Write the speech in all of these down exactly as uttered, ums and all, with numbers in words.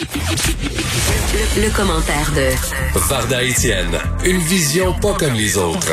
Le, le commentaire de Varda Étienne, une vision pas comme les autres.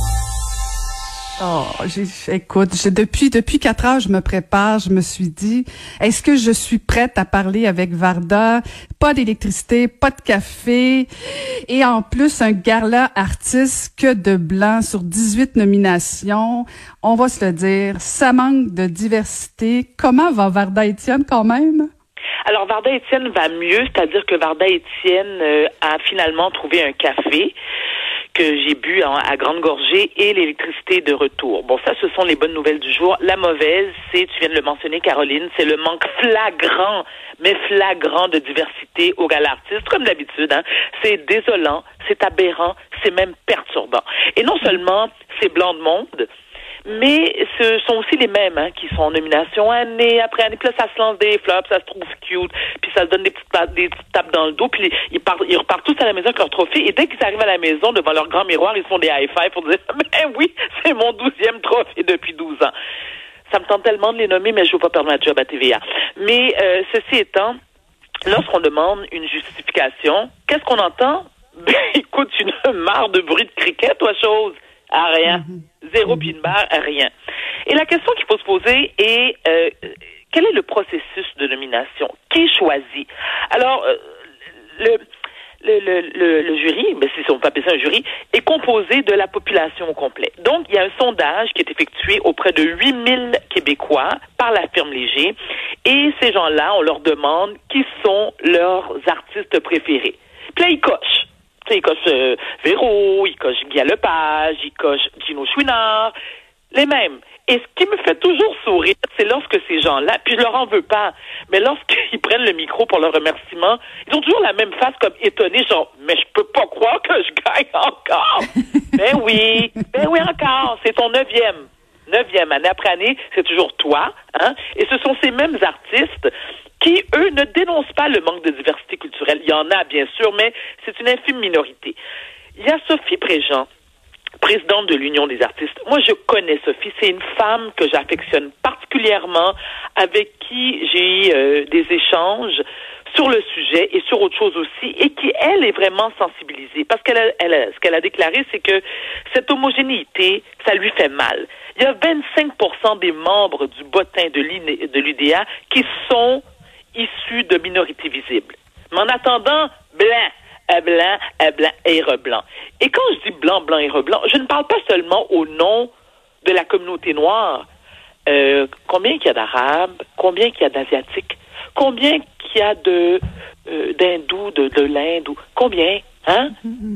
Oh, j'ai, écoute, j'ai, depuis depuis quatre heures, je me prépare. Je me suis dit, est-ce que je suis prête à parler avec Varda? Pas d'électricité, pas de café, et en plus un gala artiste que de blanc sur dix-huit nominations. On va se le dire, ça manque de diversité. Comment va Varda Étienne quand même? Alors, Varda Étienne va mieux, c'est-à-dire que Varda Étienne euh, a finalement trouvé un café que j'ai bu en, à grande gorgée et l'électricité de retour. Bon, ça, ce sont les bonnes nouvelles du jour. La mauvaise, c'est, tu viens de le mentionner, Caroline, c'est le manque flagrant, mais flagrant de diversité au gala artiste, comme d'habitude. Hein. C'est désolant, c'est aberrant, c'est même perturbant. Et non seulement c'est blanc de monde, mais ce sont aussi les mêmes hein, qui sont en nomination année après année. Puis là, ça se lance des flops, ça se trouve cute, puis ça se donne des petites, des petites tapes dans le dos, puis ils, partent, ils repartent tous à la maison avec leur trophée. Et dès qu'ils arrivent à la maison, devant leur grand miroir, ils se font des high-fives pour dire « Mais oui, c'est mon douzième trophée depuis douze ans. » Ça me tente tellement de les nommer, mais je ne veux pas perdre ma job à T V A. Mais euh, ceci étant, lorsqu'on demande une justification, qu'est-ce qu'on entend? Ben, écoute, une marre de bruit de cricket, toi, chose. À rien. Mm-hmm. Zéro puis une barre, à rien. Et la question qu'il faut se poser est, euh, quel est le processus de nomination? Qui choisit? Alors, euh, le, le, le, le, le jury, ben, si on peut appeler ça un jury, est composé de la population au complet. Donc, il y a un sondage qui est effectué auprès de huit mille Québécois par la firme Léger. Et ces gens-là, on leur demande qui sont leurs artistes préférés. Puis là, ils cochent. Tu sais, il coche euh, Véro, il coche Guy Lepage, il coche Gino Chouinard, les mêmes. Et ce qui me fait toujours sourire, c'est lorsque ces gens-là, puis je leur en veux pas, mais lorsqu'ils prennent le micro pour leur remerciement, ils ont toujours la même face comme étonnés, genre, mais je peux pas croire que je gagne encore. Ben oui, ben oui encore, c'est ton neuvième. Neuvième, année après année, c'est toujours toi, hein. Et ce sont ces mêmes artistes qui, eux, ne dénoncent pas le manque de diversité culturelle. Il y en a, bien sûr, mais c'est une infime minorité. Il y a Sophie Préjean, présidente de l'Union des artistes. Moi, je connais Sophie. C'est une femme que j'affectionne particulièrement, avec qui j'ai eu euh, des échanges sur le sujet et sur autre chose aussi, et qui, elle, est vraiment sensibilisée. Parce qu'elle a, elle a, ce qu'elle a déclaré, c'est que cette homogénéité, ça lui fait mal. Il y a vingt-cinq pour cent des membres du bottin de l'U D A qui sont issus de minorités visibles. Mais en attendant, blanc, euh, blanc, euh, blanc et reblanc. Et quand je dis blanc, blanc et reblanc, je ne parle pas seulement au nom de la communauté noire. Euh, combien qu'il y a d'Arabes? Combien qu'il y a d'Asiatiques? Combien qu'il y a de euh, d'Hindous, de, de l'Inde? Combien? Hein?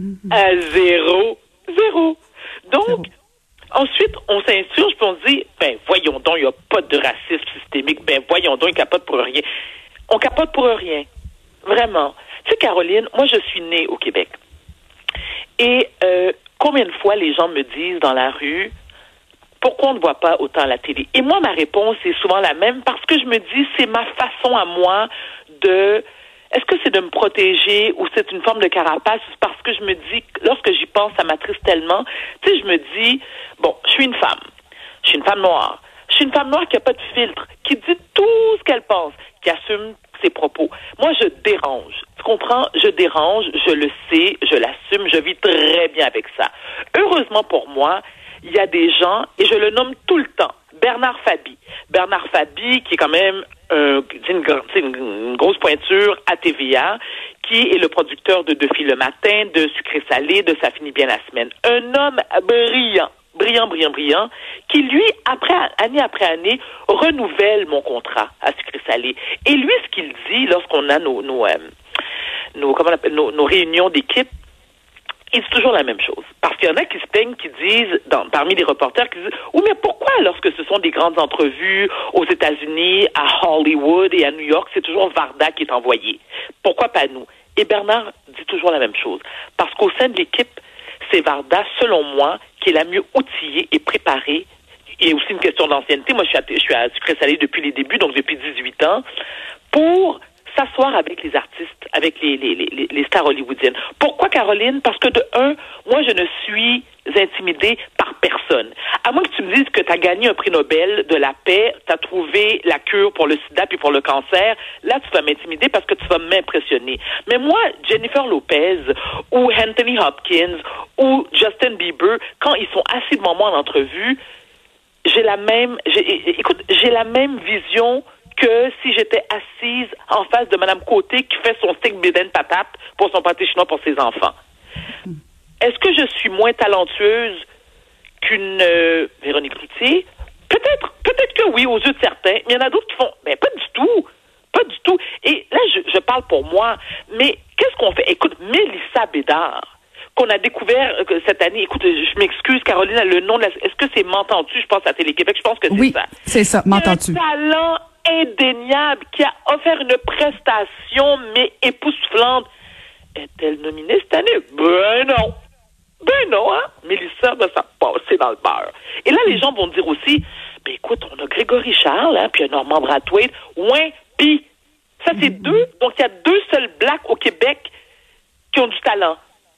À zéro. Zéro. Donc, zéro. Ensuite, on s'insurge puis on se dit, ben voyons donc, il n'y a pas de racisme systémique, ben voyons donc, il capote pour rien. On capote pour rien. Vraiment. Tu sais, Caroline, moi, je suis née au Québec. Et euh, combien de fois les gens me disent dans la rue, pourquoi on ne voit pas autant la télé? Et moi, ma réponse est souvent la même, parce que je me dis, c'est ma façon à moi de... Est-ce que c'est de me protéger ou c'est une forme de carapace? Parce que je me dis, lorsque j'y pense, ça m'attriste tellement. Tu sais, je me dis, bon, je suis une femme. Je suis une femme noire. Je suis une femme noire qui n'a pas de filtre, qui dit tout ce qu'elle pense, qui assume ses propos. Moi, je dérange. Tu comprends? Je dérange, je le sais, je l'assume, je vis très bien avec ça. Heureusement pour moi, il y a des gens, et je le nomme tout le temps, Bernard Fabi. Bernard Fabi, qui est quand même euh, une, une, une grosse pointure à T V A, qui est le producteur de Deux filles le matin, de Sucré Salé, de Ça finit bien la semaine. Un homme brillant, brillant, brillant, brillant, qui, lui, après année après année, renouvelle mon contrat à Sucré Salé. Et lui, ce qu'il dit lorsqu'on a nos, nos, euh, nos, comment on appelle, nos, nos réunions d'équipe, il dit toujours la même chose. Parce qu'il y en a qui se plaignent, qui disent, dans, parmi les reporters, qui disent « Oui, mais pourquoi, lorsque ce sont des grandes entrevues aux États-Unis, à Hollywood et à New York, c'est toujours Varda qui est envoyé? Pourquoi pas nous? » Et Bernard dit toujours la même chose. Parce qu'au sein de l'équipe, c'est Varda, selon moi, qui est la mieux outillée et préparée. Il y a aussi une question d'ancienneté. Moi, je suis à, je suis à Sucré Salé depuis les débuts, donc depuis dix-huit ans, pour s'asseoir avec les artistes, avec les, les, les, les stars hollywoodiennes. Pourquoi, Caroline? Parce que de un, moi, je ne suis intimidée par par personne. À moins que tu me dises que tu as gagné un prix Nobel de la paix, tu as trouvé la cure pour le sida puis pour le cancer, là, tu vas m'intimider parce que tu vas m'impressionner. Mais moi, Jennifer Lopez ou Anthony Hopkins ou Justin Bieber, quand ils sont assis devant moi en entrevue, j'ai la même, j'ai, écoute, j'ai la même vision que si j'étais assise en face de Mme Côté qui fait son steak bédaine patate pour son pâté chinois pour ses enfants. Est-ce que je suis moins talentueuse qu'une euh, Véronique Cloutier? Peut-être, peut-être que oui, aux yeux de certains. Mais il y en a d'autres qui font, mais pas du tout. Pas du tout. Et là, je, je parle pour moi. Mais qu'est-ce qu'on fait? Écoute, Mélissa Bédard, qu'on a découvert euh, cette année. Écoute, je m'excuse, Caroline, le nom de la... Est-ce que c'est M'entends-tu? Je pense à Télé-Québec. Je pense que c'est oui, ça. Oui, c'est ça. M'entends-tu? Un talent indéniable qui a offert une prestation, mais époustouflante. Est-elle nominée cette année? Ben non. Ben non, hein? Mélissa, ben ça passe dans le beurre. Et là, les gens vont dire aussi, ben écoute, on a Grégory Charles, hein, puis un Normand Brathwaite, ouin, pis. Ça, c'est mm-hmm. deux. Donc, il y a deux seuls blacks au Québec qui ont du talent.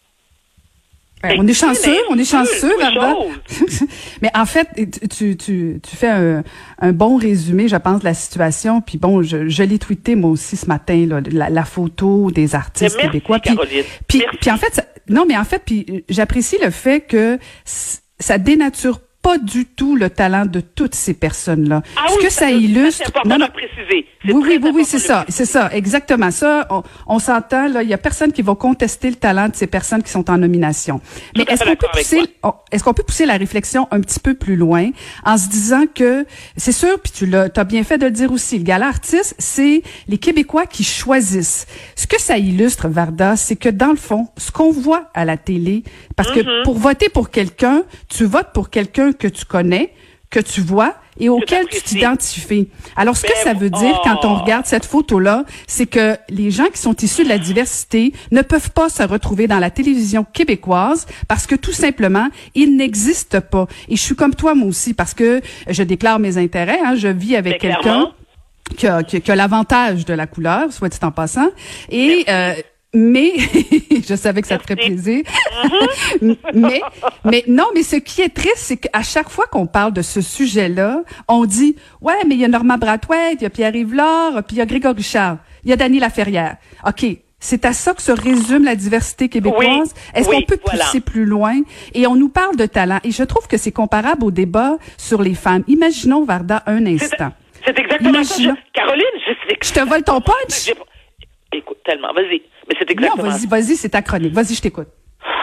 Ben, on est chanceux, on est chanceux, Varda. Mais en fait, tu, tu, tu fais un, un bon résumé, je pense, de la situation. Puis bon, je, je l'ai tweeté moi aussi ce matin, là, la, la photo des artistes merci, québécois. Puis, Caroline. puis, merci. puis en fait, ça, non, mais en fait, puis j'apprécie le fait que ça dénature pas du tout le talent de toutes ces personnes-là. Ah Ce oui, que ça, ça illustre, c'est important non, non. de préciser. C'est oui, oui, oui, oui, c'est ça, c'est ça, exactement ça. On, on s'entend là, il y a personne qui va contester le talent de ces personnes qui sont en nomination. Mais est-ce qu'on peut pousser, on, est-ce qu'on peut pousser la réflexion un petit peu plus loin en se disant que c'est sûr, puis tu l'as, t'as bien fait de le dire aussi, le gala artiste, c'est les Québécois qui choisissent. Ce que ça illustre, Varda, c'est que dans le fond, ce qu'on voit à la télé, parce mm-hmm. que pour voter pour quelqu'un, tu votes pour quelqu'un que tu connais, que tu vois et auquel tu t'identifies. Alors, ce ben, que ça veut dire oh. quand on regarde cette photo-là, c'est que les gens qui sont issus de la diversité ne peuvent pas se retrouver dans la télévision québécoise parce que tout simplement, ils n'existent pas. Et je suis comme toi, moi aussi, parce que je déclare mes intérêts. Hein, je vis avec ben, quelqu'un qui a, qui, qui a l'avantage de la couleur, soit dit en passant. Et... Euh, mais je savais que ça te ferait plaisir. Mm-hmm. mais mais non, mais ce qui est triste, c'est qu'à chaque fois qu'on parle de ce sujet-là, on dit ouais, mais il y a Normand Brathwaite, il y a Pierre-Yves Lard, puis il y a Grégory Charles, il y a Dany Laferrière. OK, c'est à ça que se résume la diversité québécoise. Oui, Est-ce oui, qu'on peut voilà. pousser plus loin? Et on nous parle de talent. Et je trouve que c'est comparable au débat sur les femmes. Imaginons, Varda, un instant. C'est, c'est exactement Imaginons. ça. Je, Caroline, je sais Je te vole ton punch? Écoute, tellement. Vas-y. Mais c'est exactement Non, vas-y, vas-y, c'est ta chronique. Vas-y, je t'écoute.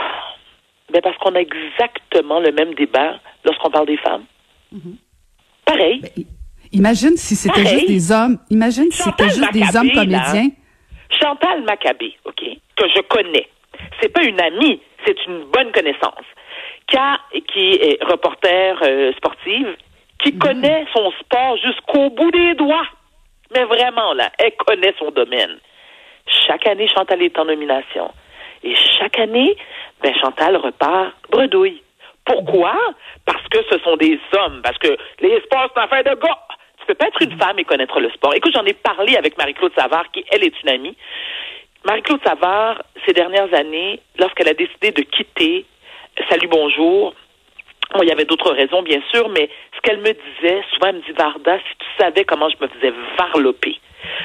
Ben parce qu'on a exactement le même débat lorsqu'on parle des femmes. Mm-hmm. Pareil. Ben, imagine si c'était Pareil. juste des hommes. Imagine si c'était juste Maccabé, des hommes comédiens. Là, Chantal Maccabé, OK, que je connais. C'est pas une amie, c'est une bonne connaissance. Qui, a, qui est reporter euh, sportive, qui mm-hmm. connaît son sport jusqu'au bout des doigts. Mais vraiment, là, elle connaît son domaine. Chaque année, Chantal est en nomination. Et chaque année, ben Chantal repart bredouille. Pourquoi? Parce que ce sont des hommes. Parce que les sports, c'est une affaire de gars. Tu peux pas être une femme et connaître le sport. Écoute, j'en ai parlé avec Marie-Claude Savard, qui, elle, est une amie. Marie-Claude Savard, ces dernières années, lorsqu'elle a décidé de quitter Salut Bonjour, bon, il y avait d'autres raisons, bien sûr, mais ce qu'elle me disait, souvent, elle me dit, Varda, si tu savais comment je me faisais varloper.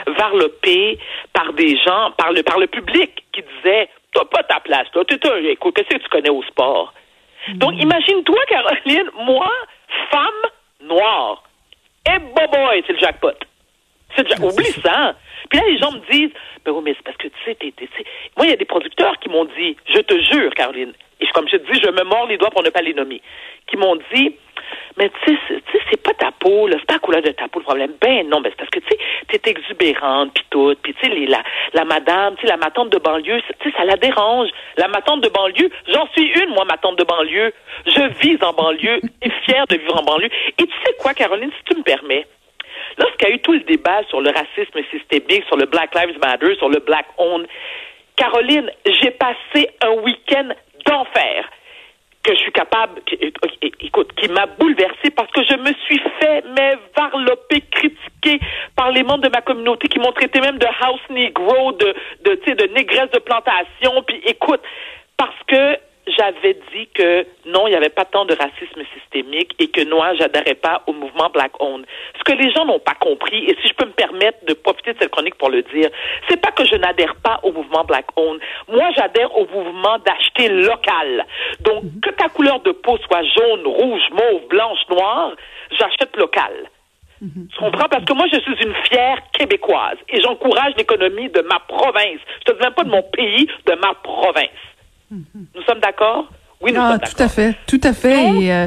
Varlopé par des gens, par le, par le public qui disait t'as pas ta place, là, t'es un, écoute, qu'est-ce que tu connais au sport? Mmh. Donc, imagine-toi, Caroline, moi, femme noire, et boboy, c'est le jackpot. C'est le jackpot. Oublie ça. Hein? Puis là, les gens me disent, ben oui, mais c'est parce que, tu sais, t'es, t'es, t'es... moi, il y a des producteurs qui m'ont dit, je te jure, Caroline, et comme je te dis, je me mords les doigts pour ne pas les nommer, qui m'ont dit, mais tu sais, c'est, c'est pas ta peau, là, c'est pas la couleur de ta peau le problème. Ben non, ben c'est parce que, tu sais, t'es exubérante, pis tout, pis tu sais, les, la, la madame, tu sais, la ma tante de banlieue, tu sais, ça la dérange. La ma tante de banlieue, j'en suis une, moi, ma tante de banlieue. Je vis en banlieue, et fière de vivre en banlieue. Et tu sais quoi, Caroline, si tu me permets, lorsqu'il y a eu tout le débat sur le racisme systémique, sur le Black Lives Matter, sur le Black Owned, Caroline, j'ai passé un week-end d'enfer que je suis capable, écoute, qui m'a bouleversée parce que je me suis fait, mais varloper, critiquer par les membres de ma communauté qui m'ont traité même de house negro, de, de, tu sais, de négresse de plantation, puis écoute, parce que j'avais dit que non, il n'y avait pas tant de racisme systémique et que moi, j'adhérais pas au mouvement Black Owned. Ce que les gens n'ont pas compris, et si je peux me permettre de profiter de cette chronique pour le dire, c'est pas que je n'adhère pas au mouvement Black Owned. Moi, j'adhère au mouvement d'acheter local. Donc, que ta couleur de peau soit jaune, rouge, mauve, blanche, noire, j'achète local. Mm-hmm. Tu comprends? Parce que moi, je suis une fière Québécoise et j'encourage l'économie de ma province. Je te dis même pas de mon pays, de ma province. Mm-hmm. Nous sommes d'accord? Oui, nous ah, sommes d'accord. Tout à fait, tout à fait. Donc, et euh...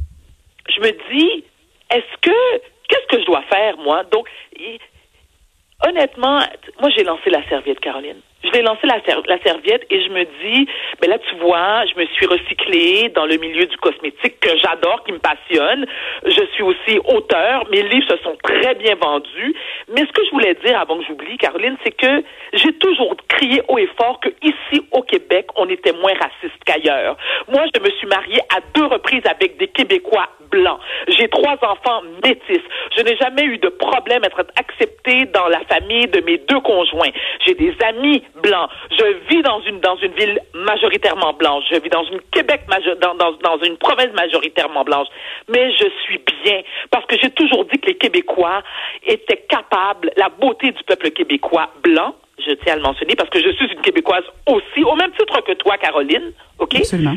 je me dis, est-ce que, qu'est-ce que je dois faire, moi? Donc, y, honnêtement, moi, j'ai lancé la serviette, Caroline. Je l'ai lancé la, ser- la serviette et je me dis, ben là, tu vois, je me suis recyclée dans le milieu du cosmétique que j'adore, qui me passionne. Je suis aussi auteur. Mes livres se sont très bien vendus. Mais ce que je voulais dire avant que j'oublie, Caroline, c'est que j'ai toujours crié haut et fort que ici, au Québec, on était moins raciste qu'ailleurs. Moi, je me suis mariée à deux reprises avec des Québécois blancs. J'ai trois enfants métis. Je n'ai jamais eu de problème à être acceptée dans la famille de mes deux conjoints. J'ai des amis blancs. Je vis dans une dans une ville majoritairement blanche. Je vis dans une Québec major, dans, dans dans une province majoritairement blanche. Mais je suis bien parce que j'ai toujours dit que les Québécois étaient capables, la beauté du peuple québécois blanc, je tiens à le mentionner parce que je suis une Québécoise aussi, au même titre que toi, Caroline. OK? Absolument.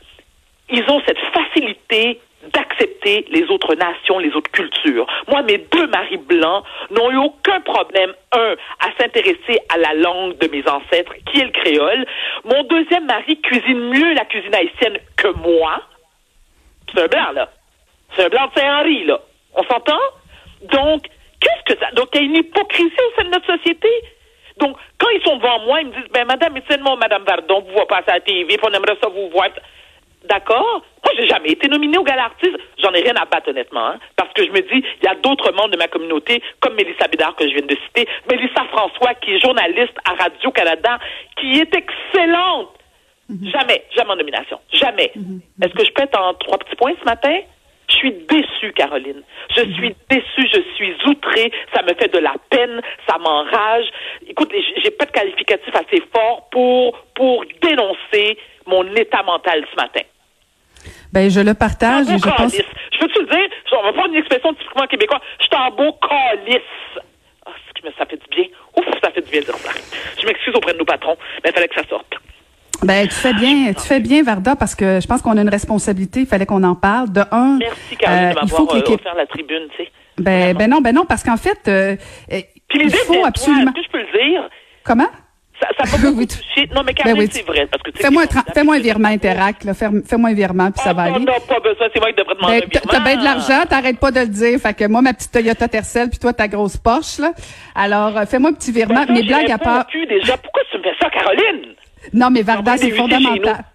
Ils ont cette facilité d'accepter les autres nations, les autres cultures. Moi, mes deux maris blancs n'ont eu aucun problème, un, à s'intéresser à la langue de mes ancêtres, qui est le créole. Mon deuxième mari cuisine mieux la cuisine haïtienne que moi. C'est un blanc, là. C'est un blanc de Saint-Henri, là. On s'entend? Donc, qu'est-ce que ça... Donc, il y a une hypocrisie au sein de notre société. Donc, quand ils sont devant moi, ils me disent, ben, madame, Étienne-moi, madame Vardon, vous voyez passer à la T V, puis on aimerait ça vous voir... D'accord? Moi, j'ai jamais été nominée au Gala Artiste. J'en ai rien à battre, honnêtement, hein, parce que je me dis, il y a d'autres membres de ma communauté, comme Mélissa Bédard, que je viens de citer, Mélissa François, qui est journaliste à Radio-Canada, qui est excellente. Mm-hmm. Jamais, jamais en nomination. Jamais. Mm-hmm. Est-ce que je peux être en trois petits points ce matin? Je suis déçue, Caroline. Je mm-hmm. suis déçue, je suis outrée. Ça me fait de la peine, ça m'enrage. Écoute, j'ai pas de qualificatif assez fort pour, pour dénoncer mon état mental ce matin. Ben, je le partage et je pense... Je peux-tu le dire? On va prendre une expression typiquement québécoise. Je suis en beau calice. Oh, ça fait du bien. Ouf, ça fait du bien de dire ça. Je m'excuse auprès de nos patrons, mais il fallait que ça sorte. Ben, tu fais bien, tu fais bien, Varda, parce que je pense qu'on a une responsabilité. Il fallait qu'on en parle. De un, merci, Caroline, euh, de m'avoir euh, offert la tribune, tu sais. Ben, ben non, ben non, parce qu'en fait, euh, Puis les il faut absolument... Est-ce que je peux le dire? Comment? Ça, ça va beaucoup toucher. Non, mais Caroline, ben oui, c'est vrai. Parce que, fais-moi, un, tra- fais-moi un virement Interact, là. Fais, fais-moi un virement, puis ah, ça va non, aller. Non, pas besoin. C'est moi qui devrais demander ben, un virement. T'as bien de l'argent, t'arrêtes pas de le dire. Fait que moi, ma petite Toyota Tercel, puis toi, ta grosse Porsche, là. Alors, euh, fais-moi un petit virement. Ben, Mes blagues à part... déjà. Pourquoi tu me fais ça, Caroline? Non, mais Varda, c'est fondamental.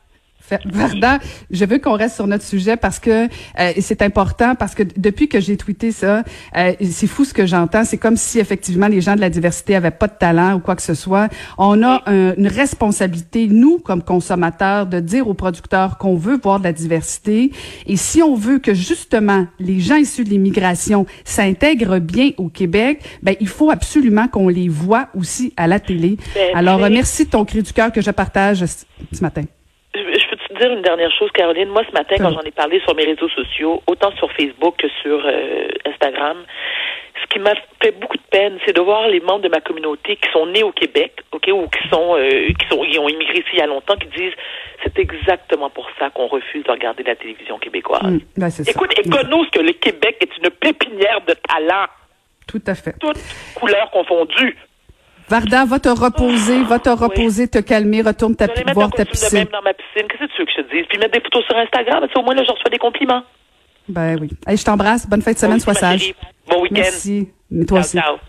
Varda, je veux qu'on reste sur notre sujet parce que euh, c'est important, parce que depuis que j'ai tweeté ça, euh, c'est fou ce que j'entends. C'est comme si effectivement les gens de la diversité avaient pas de talent ou quoi que ce soit. On a un, une responsabilité, nous comme consommateurs, de dire aux producteurs qu'on veut voir de la diversité. Et si on veut que justement les gens issus de l'immigration s'intègrent bien au Québec, ben il faut absolument qu'on les voit aussi à la télé. Ben, Alors euh, merci de ton cri du cœur que je partage ce, ce matin. Je, je peux te dire une dernière chose, Caroline. Moi, ce matin, quand j'en ai parlé sur mes réseaux sociaux, autant sur Facebook que sur euh, Instagram, ce qui m'a fait beaucoup de peine, c'est de voir les membres de ma communauté qui sont nés au Québec, ok, ou qui sont, euh, qui sont, qui ont immigré ici il y a longtemps, qui disent c'est exactement pour ça qu'on refuse de regarder la télévision québécoise. Mmh, ben c'est Écoute, ça. Éconos que le Québec est une pépinière de talent. Tout à fait. Toutes couleurs confondues. Varda, va te reposer, va te reposer, oui. te calmer, retourne ta, voir ta piscine. Je vais mettre dans ma piscine. Qu'est-ce que tu veux que je te dise? Puis mettre des photos sur Instagram, au moins là, je reçois des compliments. Ben oui. Allez, je t'embrasse. Bonne fin de semaine, bon, sois sage. Bon week-end. Merci. Mais toi ciao, aussi. Ciao.